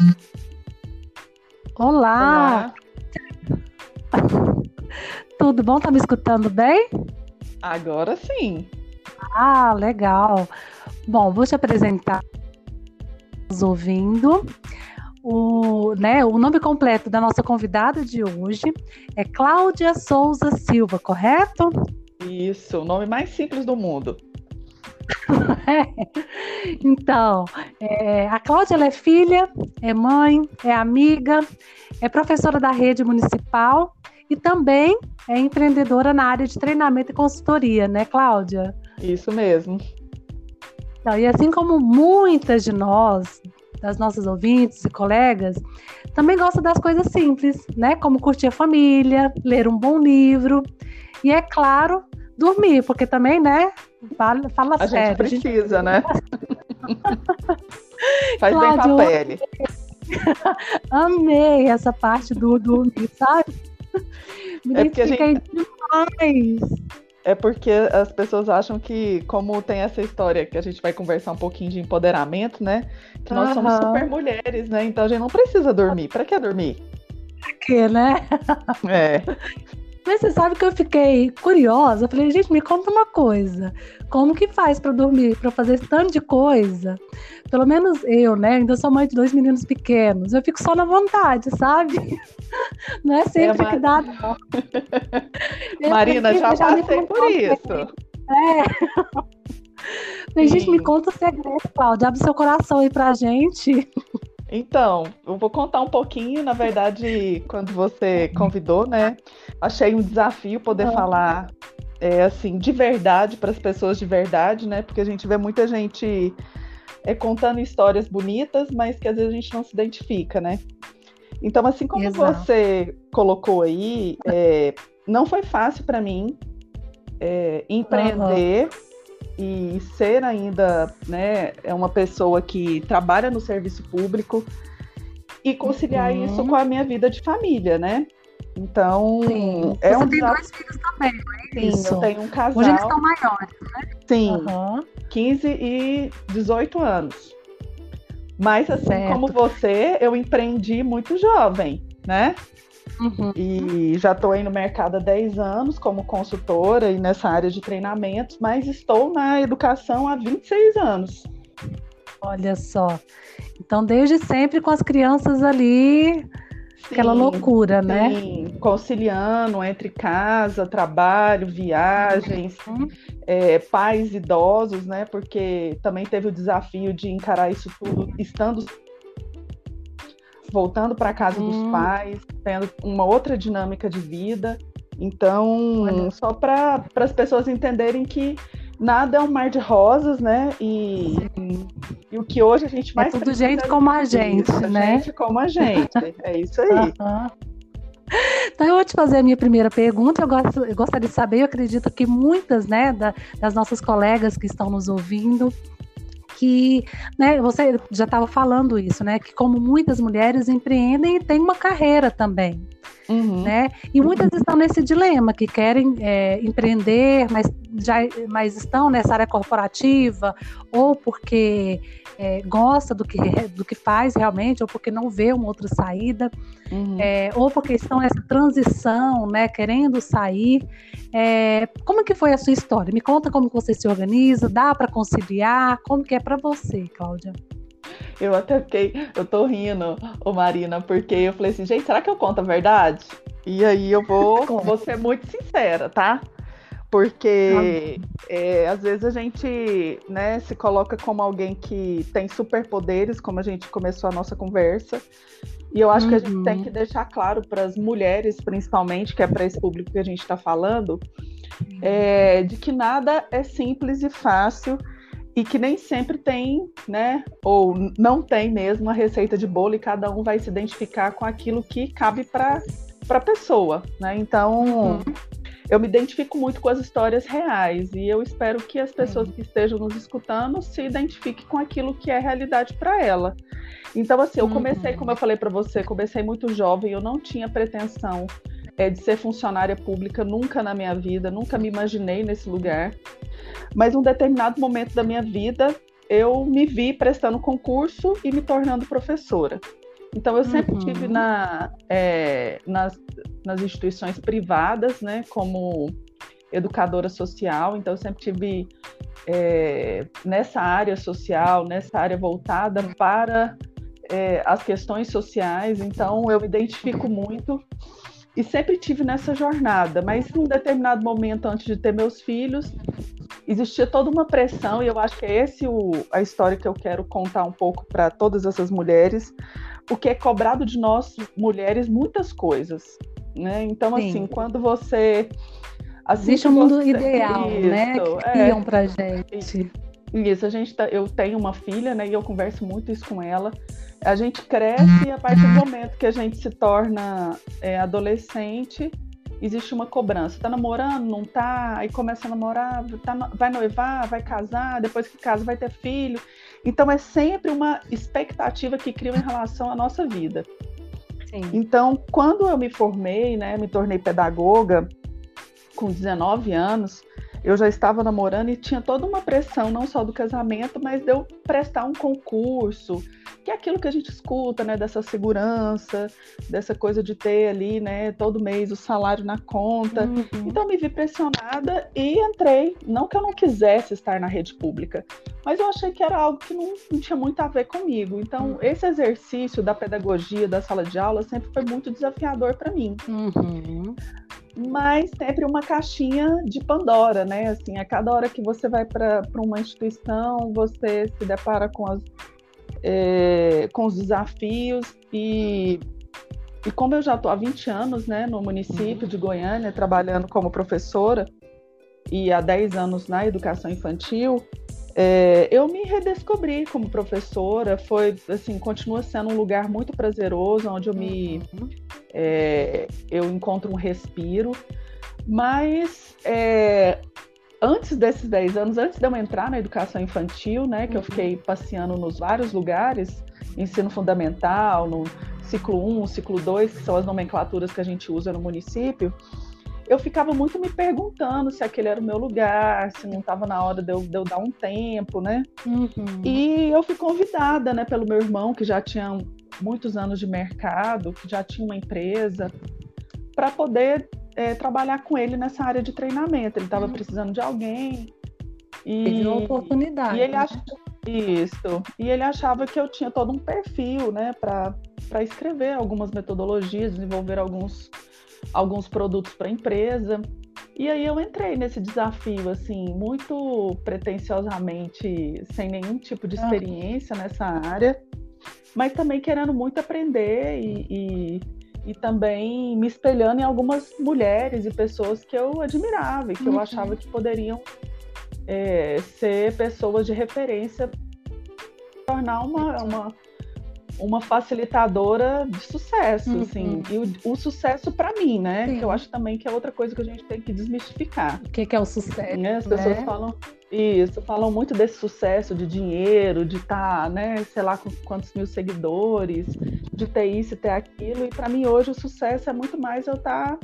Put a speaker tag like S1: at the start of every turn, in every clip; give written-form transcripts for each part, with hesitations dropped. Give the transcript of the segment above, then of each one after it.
S1: Olá,
S2: Olá,
S1: tudo bom? Tá me escutando bem?
S2: agora sim.
S1: Ah, legal. Bom, vou te apresentar os ouvindo. O nome completo da nossa convidada de hoje é Cláudia Souza Silva, correto?
S2: Isso, o nome mais simples do mundo.
S1: Então, a Cláudia ela é filha, é mãe, é amiga, é professora da rede municipal e também é empreendedora na área de treinamento e consultoria, né, Cláudia?
S2: Isso mesmo.
S1: Não, e assim como muitas de nós, das nossas ouvintes e colegas, também gosta das coisas simples, né? Como curtir a família, ler um bom livro e, é claro, dormir, porque também, né? Fala
S2: A gente
S1: sério, a gente...
S2: precisa, né? Faz bem pra
S1: Cláudia, eu
S2: pele.
S1: amei essa parte do dormir, sabe? Me
S2: É porque a gente,
S1: identifiquei demais.
S2: é porque as pessoas acham que, como tem essa história que a gente vai conversar um pouquinho de empoderamento, né? Que nós somos super
S1: Aham,
S2: mulheres, né? Então a gente não precisa dormir. Pra que dormir?
S1: que, né?
S2: É,
S1: Mas você sabe que eu fiquei curiosa. Eu falei, gente, me conta uma coisa. Como que faz para dormir, para fazer esse tanto de coisa? Pelo menos eu, né? Ainda sou mãe de dois meninos pequenos. Eu fico só na vontade, sabe? Não é
S2: é,
S1: sempre que dá, não. Eu tenho
S2: Marina, já
S1: já me
S2: passei por
S1: contou.
S2: isso.
S1: A gente me
S2: Sim.
S1: conta o segredo, Cláudia. Abre seu coração aí pra gente.
S2: Então, eu vou contar um pouquinho, na verdade, quando você convidou, né? Achei um desafio poder falar assim de verdade para as pessoas de verdade, né? Porque a gente vê muita gente contando histórias bonitas, mas que às vezes a gente não se identifica, né? Então, assim como
S1: Exato.
S2: você colocou aí, não foi fácil para mim
S1: Aham.
S2: empreender e ser ainda, né, uma pessoa que trabalha no serviço público e conciliar isso com
S1: Uhum.
S2: a minha vida de família, né? Então,
S1: Sim.
S2: é
S1: Você
S2: um
S1: tem
S2: desafio.
S1: dois filhos também, não é
S2: Sim, eu
S1: isso?
S2: tenho um
S1: Hoje eles estão
S2: casal,
S1: maiores.
S2: sim,
S1: Aham.
S2: 15 e 18 anos. Mas assim como
S1: Certo.
S2: você, eu empreendi muito jovem, né?
S1: Uhum.
S2: E já estou aí no mercado há 10 anos como consultora e nessa área de treinamentos, mas estou na educação há 26 anos.
S1: Olha só. Então, desde sempre com as crianças ali, aquela
S2: Sim,
S1: loucura, né?
S2: sim, conciliando entre casa, trabalho, viagens,
S1: Hum,
S2: pais idosos, né? Porque também teve o desafio de encarar isso tudo estando voltando para a casa dos
S1: hum,
S2: pais, tendo uma outra dinâmica de vida.
S1: olha,
S2: Então, só para as pessoas entenderem que nada é um mar de rosas, né?
S1: sim.
S2: E o que hoje a gente
S1: É
S2: mais
S1: tudo
S2: precisa
S1: gente como a
S2: é
S1: gente,
S2: isso,
S1: né?
S2: gente como a gente. É isso aí.
S1: Aham. Então, eu vou te fazer a minha primeira pergunta. Eu gostaria de saber, eu acredito que muitas, né, das nossas colegas que estão nos ouvindo, que, né, você já estava falando isso, né, que como muitas mulheres empreendem e têm uma carreira também,
S2: Uhum,
S1: né? E muitas estão nesse dilema, que querem empreender, mas estão nessa área corporativa, ou porque gosta do que faz realmente, ou porque não vê uma outra saída,
S2: uhum.
S1: ou porque estão nessa transição, né, querendo sair. Como que foi a sua história? Me conta como que você se organiza, dá para conciliar? Como que é para você, Cláudia?
S2: Eu até fiquei, eu tô rindo, ô Marina, porque eu falei assim, gente, será que eu conto a verdade? E aí vou ser muito sincera, tá? Porque às vezes a gente, né, se coloca como alguém que tem superpoderes, como a gente começou a nossa conversa, e eu acho que a gente tem que
S1: Uhum,
S2: deixar claro para as mulheres, principalmente, que é para esse público que a gente está falando, de que nada é simples e fácil e que nem sempre tem, né, ou não tem mesmo a receita de bolo e cada um vai se identificar com aquilo que cabe para a pessoa, né? Então,
S1: uhum,
S2: eu me identifico muito com as histórias reais e eu espero que as pessoas
S1: sim,
S2: que estejam nos escutando se identifiquem com aquilo que é realidade para ela. Então, assim, eu comecei, como eu
S1: uhum,
S2: falei para você, comecei muito jovem, eu não tinha pretensão de ser funcionária pública nunca na minha vida, nunca me imaginei nesse lugar. Mas em um determinado momento da minha vida, eu me vi prestando concurso e me tornando professora. Então, eu sempre tive nas instituições privadas, né, como educadora social. Então, eu sempre tive nessa área social, nessa área voltada para as questões sociais. Então, eu me identifico muito e sempre tive nessa jornada. Mas, num determinado momento, antes de ter meus filhos, existia toda uma pressão, e eu acho que é a história que eu quero contar um pouco para todas essas mulheres, porque é cobrado de nós, mulheres, muitas coisas, né? Então,
S1: Sim.
S2: assim, quando você... Assim,
S1: existe um mundo ideal, né? Que criam pra gente.
S2: Isso, eu tenho uma filha, né? E eu converso muito isso com ela. A gente cresce e a partir do momento que a gente se torna adolescente, existe uma cobrança. Tá namorando? Não tá? Aí começa a namorar, vai noivar, vai casar, depois que casa vai ter filho. Então é sempre uma expectativa que cria em relação à nossa vida. Sim. Então, quando eu me formei, né, me tornei pedagoga, com 19 anos, eu já estava namorando e tinha toda uma pressão, não só do casamento, mas de eu prestar um concurso, que é aquilo que a gente escuta, né, dessa segurança, dessa coisa de ter ali, né, todo mês o salário na conta. Então, me vi pressionada e entrei. Não que eu não quisesse estar na rede pública, mas eu achei que era algo que não tinha muito a ver comigo. Então, esse exercício da pedagogia, da sala de aula, sempre foi muito desafiador para mim. Mas sempre uma caixinha de Pandora, né? Assim, a cada hora que você vai para uma instituição, você se depara com os desafios. E como eu já estou há 20 anos, né, no município de Goiânia, trabalhando como professora, e há 10 anos na educação infantil, eu me redescobri como professora. Foi, assim, continua sendo um lugar muito prazeroso, onde eu encontro um respiro. Mas antes desses 10 anos, antes de eu entrar na educação infantil, né, que eu fiquei passeando nos vários lugares, ensino fundamental, no ciclo 1, ciclo 2, que são as nomenclaturas que a gente usa no município, eu ficava muito me perguntando se aquele era o meu lugar, se não estava na hora de eu dar um tempo, né? E eu fui convidada, né, pelo meu irmão, que já tinha muitos anos de mercado, que já tinha uma empresa, para poder trabalhar com ele nessa área de treinamento. Ele estava precisando de alguém.
S1: Teve uma oportunidade.
S2: E ele achava que eu tinha todo um perfil, né, para escrever algumas metodologias, desenvolver alguns produtos para a empresa. E aí eu entrei nesse desafio, assim, muito pretensiosamente, sem nenhum tipo de experiência nessa área, mas também querendo muito aprender e também me espelhando em algumas mulheres e pessoas que eu admirava e que eu achava que poderiam ser pessoas de referência, tornar uma facilitadora de sucesso, assim, e o sucesso para mim, né? Sim. Que eu acho também que é outra coisa que a gente tem que desmistificar.
S1: O que é o sucesso?
S2: Né? As pessoas falam muito desse sucesso de dinheiro, de estar, né, sei lá, com quantos mil seguidores, de ter isso e ter aquilo. E para mim hoje o sucesso é muito mais eu estar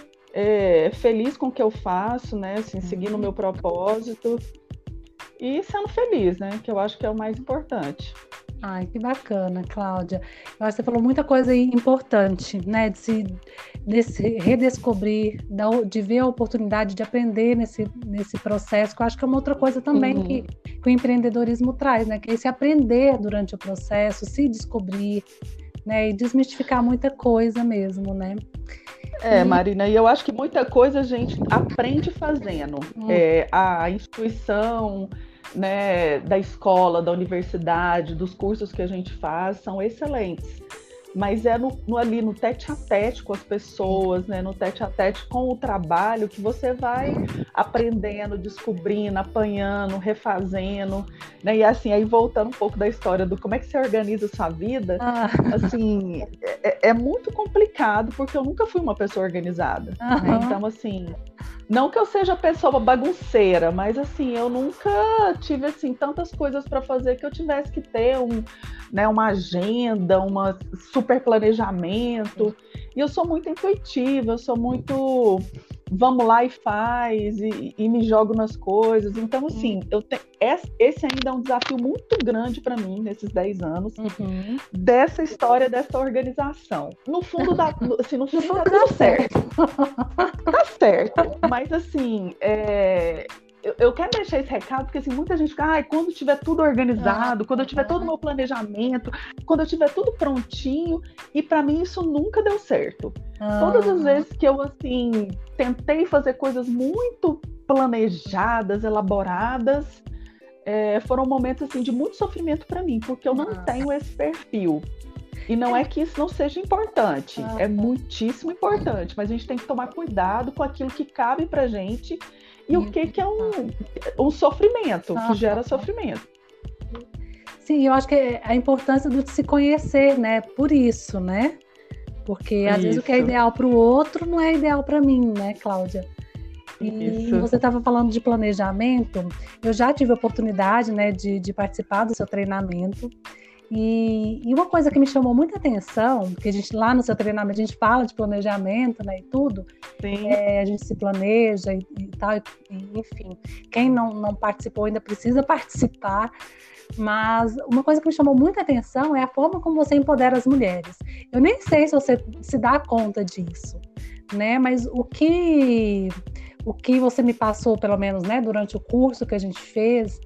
S2: feliz com o que eu faço, né? Assim, seguindo o meu propósito e sendo feliz, né? Que eu acho que é o mais importante.
S1: Ai, que bacana, Cláudia. Eu acho que você falou muita coisa aí importante, né? De se redescobrir, de ver a oportunidade de aprender nesse processo, que eu acho que é uma outra coisa também que o empreendedorismo traz, né? Que é esse aprender durante o processo, se descobrir, né? E desmistificar muita coisa mesmo, né?
S2: Marina, e eu acho que muita coisa a gente aprende fazendo. A instituição, né, da escola, da universidade, dos cursos que a gente faz são excelentes, mas ali no tete-a-tete com as pessoas, né, no tete-a-tete com o trabalho, que você vai aprendendo, descobrindo, apanhando, refazendo, né, e assim, aí voltando um pouco da história do como é que você organiza a sua vida, assim, é muito complicado, porque eu nunca fui uma pessoa organizada, né? Então, assim, não que eu seja pessoa bagunceira, mas assim, eu nunca tive assim tantas coisas para fazer que eu tivesse que ter uma agenda, um super planejamento. E eu sou muito intuitiva, eu sou muito vamos lá e faz, e me jogo nas coisas. Então, assim, esse ainda é um desafio muito grande para mim, nesses 10 anos, dessa história, dessa organização. No fundo, assim, no fundo tá tudo certo. Tá certo. Mas, assim, eu quero deixar esse recado, porque assim, muita gente fica, quando tiver tudo organizado, quando eu tiver todo o meu planejamento, quando eu tiver tudo prontinho, e para mim isso nunca deu certo. Todas as vezes que eu, assim, tentei fazer coisas muito planejadas, elaboradas, foram momentos, assim, de muito sofrimento para mim, porque eu não tenho esse perfil. E não é que isso não seja importante, é muitíssimo importante, mas a gente tem que tomar cuidado com aquilo que cabe pra gente e o que é um sofrimento, que gera sofrimento.
S1: Sim, eu acho que a importância de se conhecer, né? Por isso, né? Porque às vezes o que é ideal para o outro não é ideal para mim, né, Cláudia? E você estava falando de planejamento, eu já tive a oportunidade, né, de participar do seu treinamento. E uma coisa que me chamou muita atenção, porque lá no seu treinamento a gente fala de planejamento, né, e tudo, a gente se planeja e tal, enfim, quem não participou ainda precisa participar, mas uma coisa que me chamou muita atenção é a forma como você empodera as mulheres. Eu nem sei se você se dá conta disso, né, mas o que você me passou, pelo menos, né, durante o curso que a gente fez,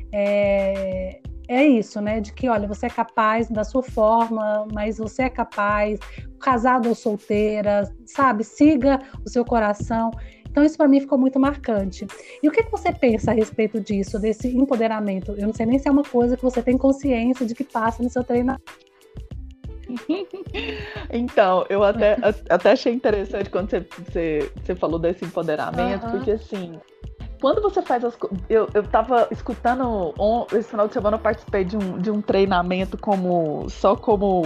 S1: é isso, né? De que, olha, você é capaz da sua forma, mas você é capaz, casada ou solteira, sabe? Siga o seu coração. Então, isso para mim ficou muito marcante. E o que você pensa a respeito disso, desse empoderamento? Eu não sei nem se é uma coisa que você tem consciência de que passa no seu treinamento.
S2: Então, eu até achei interessante quando você falou desse empoderamento, porque assim, quando você faz as coisas. Eu tava escutando. Esse final de semana eu participei de um treinamento só como.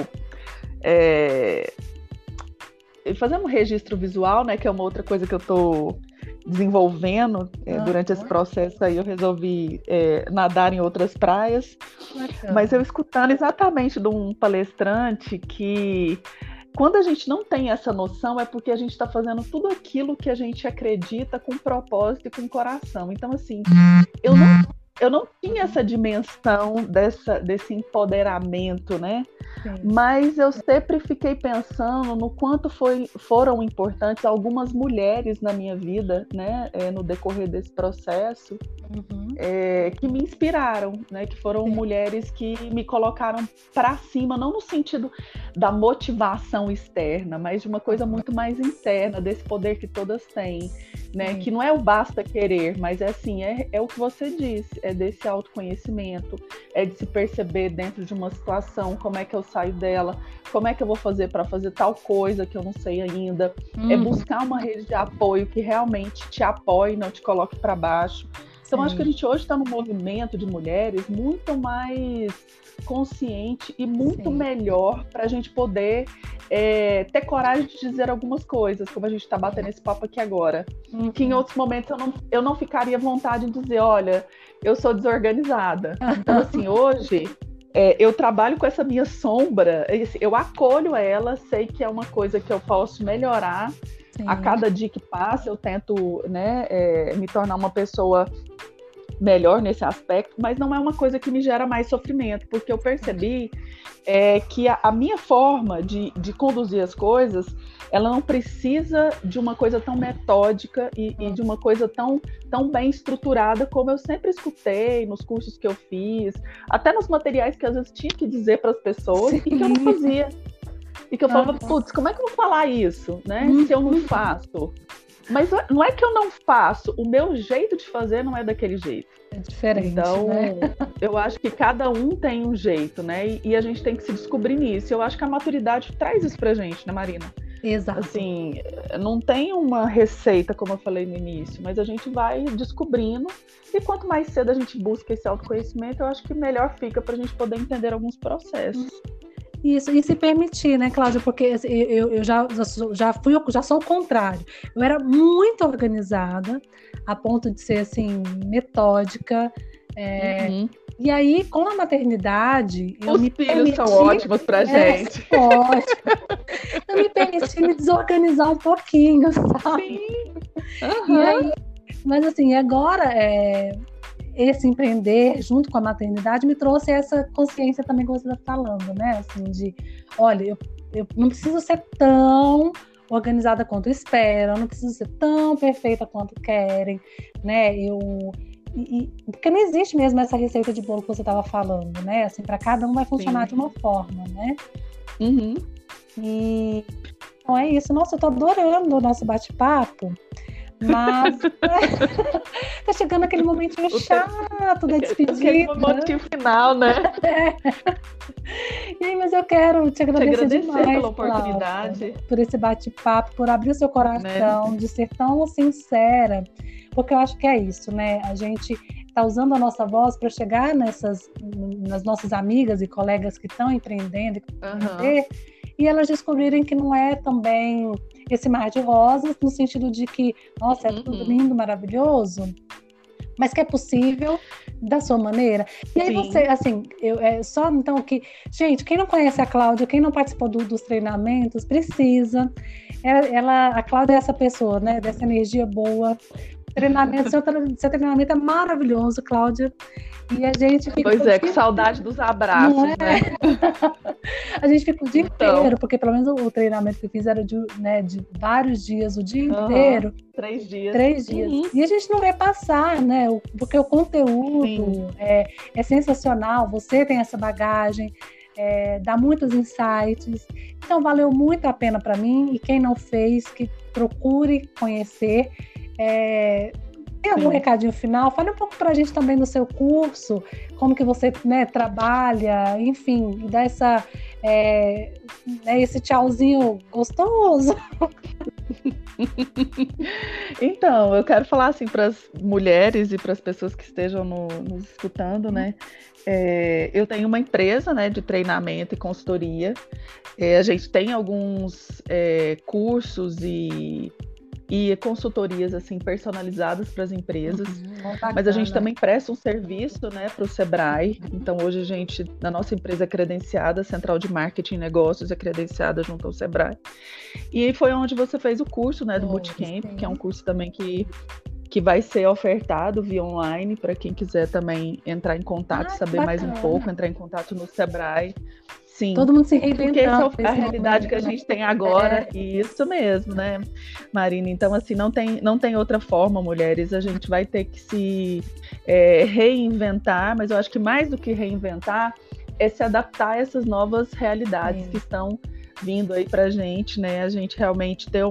S2: Fazendo um registro visual, né? Que é uma outra coisa que eu tô desenvolvendo durante esse processo aí. Eu resolvi nadar em outras praias. Mas eu escutando exatamente de um palestrante que. Quando a gente não tem essa noção, é porque a gente está fazendo tudo aquilo que a gente acredita com propósito e com coração. Então, assim, eu não tinha essa dimensão desse empoderamento, né? Sim. Mas eu sempre fiquei pensando no quanto foram importantes algumas mulheres na minha vida, né? No decorrer desse processo, que me inspiraram, né? Que foram mulheres que me colocaram para cima, não no sentido da motivação externa, mas de uma coisa muito mais interna, desse poder que todas têm, né? Que não é o basta querer, mas é assim, é o que você disse, é desse autoconhecimento, é de se perceber dentro de uma situação, como é que eu saio dela, como é que eu vou fazer para fazer tal coisa que eu não sei ainda, é buscar uma rede de apoio que realmente te apoie, não te coloque para baixo. Então, acho que a gente hoje está num movimento de mulheres muito mais consciente e muito melhor para a gente poder ter coragem de dizer algumas coisas, como a gente está batendo esse papo aqui agora. Que em outros momentos eu não ficaria à vontade de dizer, olha, eu sou desorganizada. Então, assim, hoje eu trabalho com essa minha sombra, eu acolho ela, sei que é uma coisa que eu posso melhorar. A cada dia que passa, eu tento, né, me tornar uma pessoa melhor nesse aspecto, mas não é uma coisa que me gera mais sofrimento, porque eu percebi que a minha forma de conduzir as coisas, ela não precisa de uma coisa tão metódica e de uma coisa tão bem estruturada como eu sempre escutei nos cursos que eu fiz, até nos materiais que às vezes tinha que dizer para as pessoas e que eu não fazia. E que eu falava, putz, como é que eu vou falar isso, né? Se eu não faço. Mas não é que eu não faço, o meu jeito de fazer não é daquele jeito.
S1: É diferente,
S2: então,
S1: né?
S2: Eu acho que cada um tem um jeito, né? E a gente tem que se descobrir nisso. Eu acho que a maturidade traz isso pra gente, né, Marina?
S1: Exato.
S2: Assim, não tem uma receita, como eu falei no início, mas a gente vai descobrindo. E quanto mais cedo a gente busca esse autoconhecimento, eu acho que melhor fica pra gente poder entender alguns processos.
S1: Isso, e se permitir, né, Cláudia? Porque eu já sou o contrário. Eu era muito organizada, a ponto de ser, assim, metódica. E aí, com a maternidade, eu
S2: Os
S1: me
S2: filhos
S1: permiti...
S2: são ótimos pra gente.
S1: Ótimo. Eu me permiti me desorganizar um pouquinho, sabe?
S2: Sim.
S1: E aí, mas assim, agora esse empreender junto com a maternidade me trouxe essa consciência também que você está falando, né? Assim, de, olha, eu não preciso ser tão organizada quanto esperam, não preciso ser tão perfeita quanto querem, né? Porque não existe mesmo essa receita de bolo que você estava falando, né? Assim, para cada um vai funcionar de uma forma, né?
S2: Uhum.
S1: E então é isso. Nossa, eu tô adorando o nosso bate-papo. Mas tá chegando aquele momentinho chato da despedida.
S2: Aquele momentinho final, né?
S1: E aí, mas eu quero te agradecer demais
S2: pela oportunidade,
S1: Cláudia, por esse bate-papo, por abrir o seu coração, né? De ser tão sincera, porque eu acho que é isso, né? A gente tá usando a nossa voz para chegar nas nossas amigas e colegas que estão empreendendo, e elas descobrirem que não é também esse mar de rosas, no sentido de que, nossa, é tudo lindo, maravilhoso, mas que é possível da sua maneira. E aí você, assim, só então que... Gente, quem não conhece a Cláudia, quem não participou dos treinamentos, precisa. A Cláudia é essa pessoa, né, dessa energia boa. Seu treinamento é maravilhoso, Cláudia. E a gente fica...
S2: Pois é, com saudade dos abraços, né?
S1: A gente fica o dia inteiro, porque pelo menos o treinamento que eu fiz era de vários dias, o dia inteiro.
S2: 3 dias.
S1: 3 dias. E a gente não vai passar, né? Porque o conteúdo é sensacional, você tem essa bagagem, dá muitos insights. Então, valeu muito a pena para mim. E quem não fez, que procure conhecer. Tem algum recadinho final? Fale um pouco para a gente também do seu curso, como que você, né, trabalha, enfim, e dá esse tchauzinho gostoso.
S2: Então, eu quero falar assim para as mulheres e para as pessoas que estejam nos escutando, né? Eu tenho uma empresa, né, de treinamento e consultoria. A gente tem alguns cursos e consultorias assim personalizadas para as empresas, mas a gente também presta um serviço, né, para o Sebrae. Então hoje a gente, na nossa empresa é credenciada, Central de Marketing e Negócios é credenciada junto ao Sebrae. E foi onde você fez o curso, né, do Bootcamp, que é um curso também que vai ser ofertado via online para quem quiser também entrar em contato, saber mais um pouco, entrar em contato no Sebrae. Sim,
S1: todo mundo se reinventando.
S2: Porque essa é a realidade que a gente tem agora, e isso mesmo, né, Marina? Então, assim, não tem outra forma, mulheres, a gente vai ter que se reinventar, mas eu acho que mais do que reinventar, é se adaptar a essas novas realidades que estão vindo aí pra gente, né? A gente realmente ter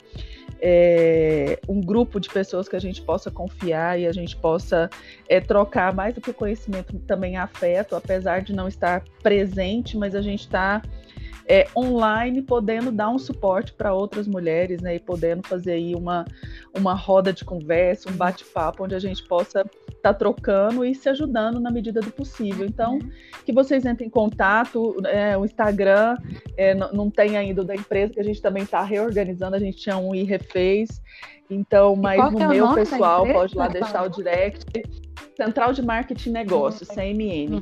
S2: um grupo de pessoas que a gente possa confiar e a gente possa trocar mais do que conhecimento, também afeto, apesar de não estar presente, mas a gente está online, podendo dar um suporte para outras mulheres, né, e podendo fazer aí uma roda de conversa, um bate-papo, onde a gente possa estar trocando e se ajudando na medida do possível. Então, que vocês entrem em contato, o Instagram não tem ainda o da empresa, que a gente também está reorganizando, a gente tinha um e refez, então, mas no meu pessoal, pode lá deixar o direct, Central de Marketing e Negócios, CMN.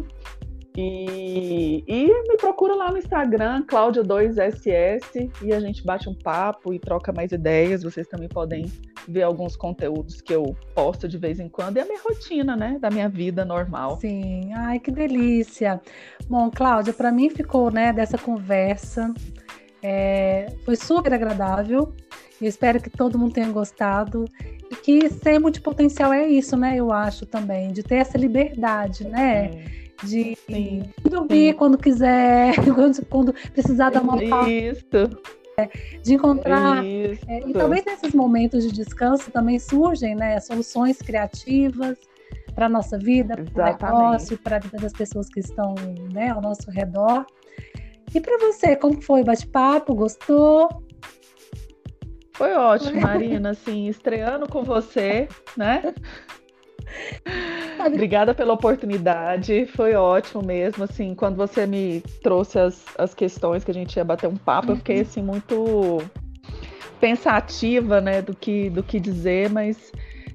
S2: E me procura lá no Instagram, Cláudia2SS, e a gente bate um papo e troca mais ideias. Vocês também podem ver alguns conteúdos que eu posto de vez em quando. E a minha rotina, né, da minha vida normal.
S1: Sim, ai, que delícia. Bom, Cláudia, para mim ficou, né, dessa conversa, foi super agradável. Eu espero que todo mundo tenha gostado. E que ser multipotencial é isso, né, eu acho também, de ter essa liberdade, né? De dormir quando quiser, quando precisar dar uma pausa. De encontrar. E talvez nesses momentos de descanso também surgem, né, soluções criativas para a nossa vida, para o negócio, para a vida das pessoas que estão, né, ao nosso redor. E para você, como foi o bate-papo? Gostou?
S2: Foi ótimo, Marina, assim, estreando com você, né? Obrigada pela oportunidade, foi ótimo mesmo, assim, quando você me trouxe as questões que a gente ia bater um papo, eu fiquei, assim, muito pensativa, né, do que dizer, mas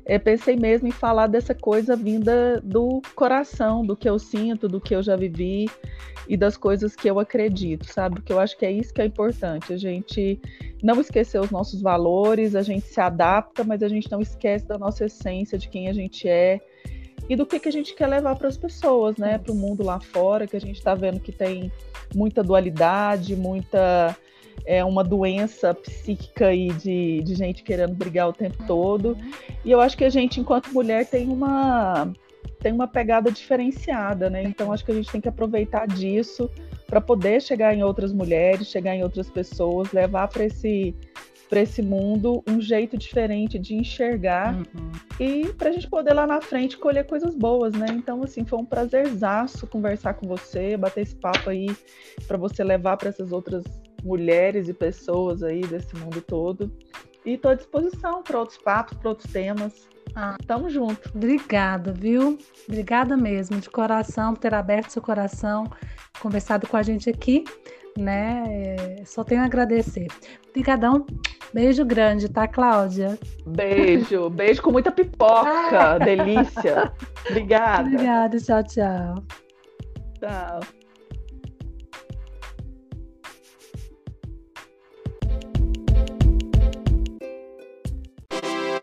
S2: pensei mesmo em falar dessa coisa vinda do coração, do que eu sinto, do que eu já vivi e das coisas que eu acredito, sabe? Porque eu acho que é isso que é importante, a gente não esquecer os nossos valores, a gente se adapta, mas a gente não esquece da nossa essência, de quem a gente é e do que a gente quer levar para as pessoas, né? Para o mundo lá fora, que a gente está vendo que tem muita dualidade, muita uma doença psíquica aí de gente querendo brigar o tempo todo. E eu acho que a gente, enquanto mulher, tem uma pegada diferenciada, né? Então acho que a gente tem que aproveitar disso para poder chegar em outras mulheres, chegar em outras pessoas, levar para esse mundo um jeito diferente de enxergar e para a gente poder lá na frente colher coisas boas, né? Então, assim, foi um prazerzaço conversar com você, bater esse papo aí para você levar para essas outras mulheres e pessoas aí desse mundo todo. E estou à disposição para outros papos, para outros temas. Tamo junto.
S1: Obrigada, viu? Obrigada mesmo, de coração, por ter aberto seu coração, conversado com a gente aqui, né? Só tenho a agradecer. Obrigadão. Beijo grande, tá, Cláudia?
S2: Beijo com muita pipoca, delícia. Obrigada.
S1: Obrigada, tchau, tchau.
S2: Tchau.